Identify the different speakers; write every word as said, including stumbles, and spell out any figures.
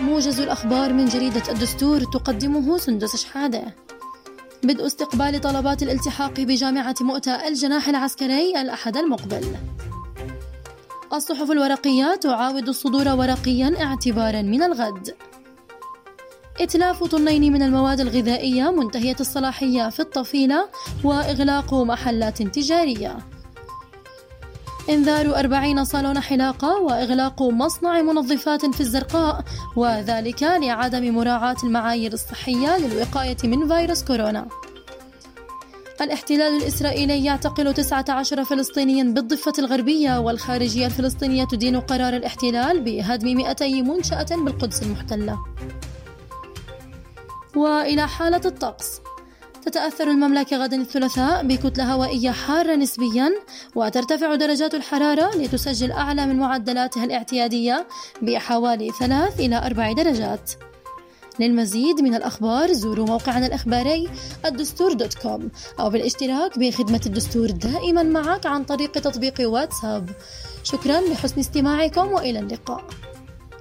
Speaker 1: موجز الأخبار من جريدة الدستور، تقدمه سندس شحادة. بدء استقبال طلبات الالتحاق بجامعة مؤتة الجناح العسكري الأحد المقبل. الصحف الورقية تعاود الصدور ورقيا اعتبارا من الغد. إتلاف طنين من المواد الغذائية منتهية الصلاحية في الطفيلة وإغلاق محلات تجارية. إنذار أربعين صالون حلاقة وإغلاق مصنع منظفات في الزرقاء، وذلك لعدم مراعاة المعايير الصحية للوقاية من فيروس كورونا. الاحتلال الإسرائيلي يعتقل تسعة عشر فلسطينيا بالضفة الغربية، والخارجية الفلسطينية تدين قرار الاحتلال بهدم مئتي منشأة بالقدس المحتلة. وإلى حالة الطقس، تتأثر المملكة غدا الثلاثاء بكتلة هوائية حارة نسبيا، وترتفع درجات الحرارة لتسجل أعلى من معدلاتها الاعتيادية بحوالي ثلاث إلى أربع درجات. للمزيد من الأخبار زوروا موقعنا الإخباري الدستور دوت كوم، أو بالاشتراك بخدمة الدستور دائما معك عن طريق تطبيق واتساب. شكرا لحسن استماعكم وإلى اللقاء.